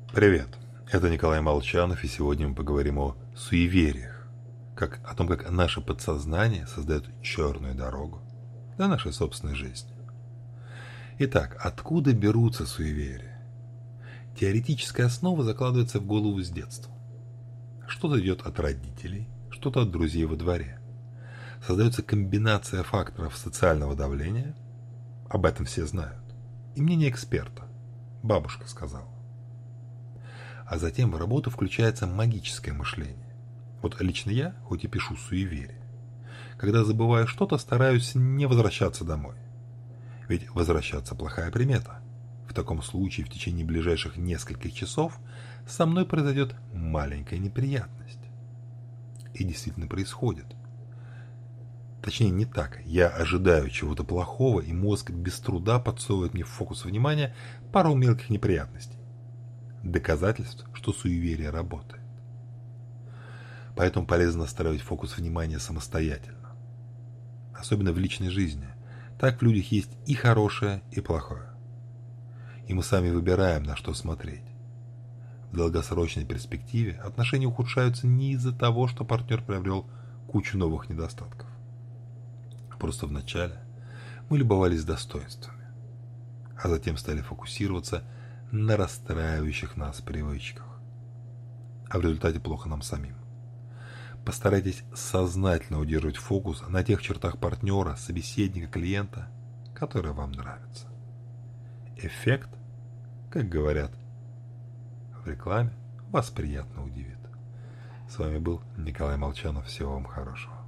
Привет, это Николай Молчанов, и сегодня мы поговорим о суевериях, о том, как наше подсознание создает черную дорогу для нашей собственной жизни. Итак, откуда берутся суеверия? Теоретическая основа закладывается в голову с детства. Что-то идет от родителей, что-то от друзей во дворе. Создается комбинация факторов социального давления, об этом все знают, и мнение эксперта, бабушка сказала. А затем в работу включается магическое мышление. Вот лично я, хоть и пишу суеверие, когда забываю что-то, стараюсь не возвращаться домой. Ведь возвращаться плохая примета. В таком случае в течение ближайших нескольких часов со мной произойдет маленькая неприятность. И действительно происходит. Точнее, не так. Я ожидаю чего-то плохого, и мозг без труда подсовывает мне в фокус внимания пару мелких неприятностей. Доказательств, что суеверие работает. Поэтому полезно настраивать фокус внимания самостоятельно. Особенно в личной жизни. Так в людях есть и хорошее, и плохое. И мы сами выбираем, на что смотреть. В долгосрочной перспективе отношения ухудшаются не из-за того, что партнер приобрел кучу новых недостатков. Просто вначале мы любовались достоинствами, а затем стали фокусироваться на расстраивающих нас привычках. А в результате плохо нам самим. Постарайтесь сознательно удерживать фокус на тех чертах партнера, собеседника, клиента, которые вам нравятся. Эффект, как говорят в рекламе, вас приятно удивит. С вами был Николай Молчанов. Всего вам хорошего.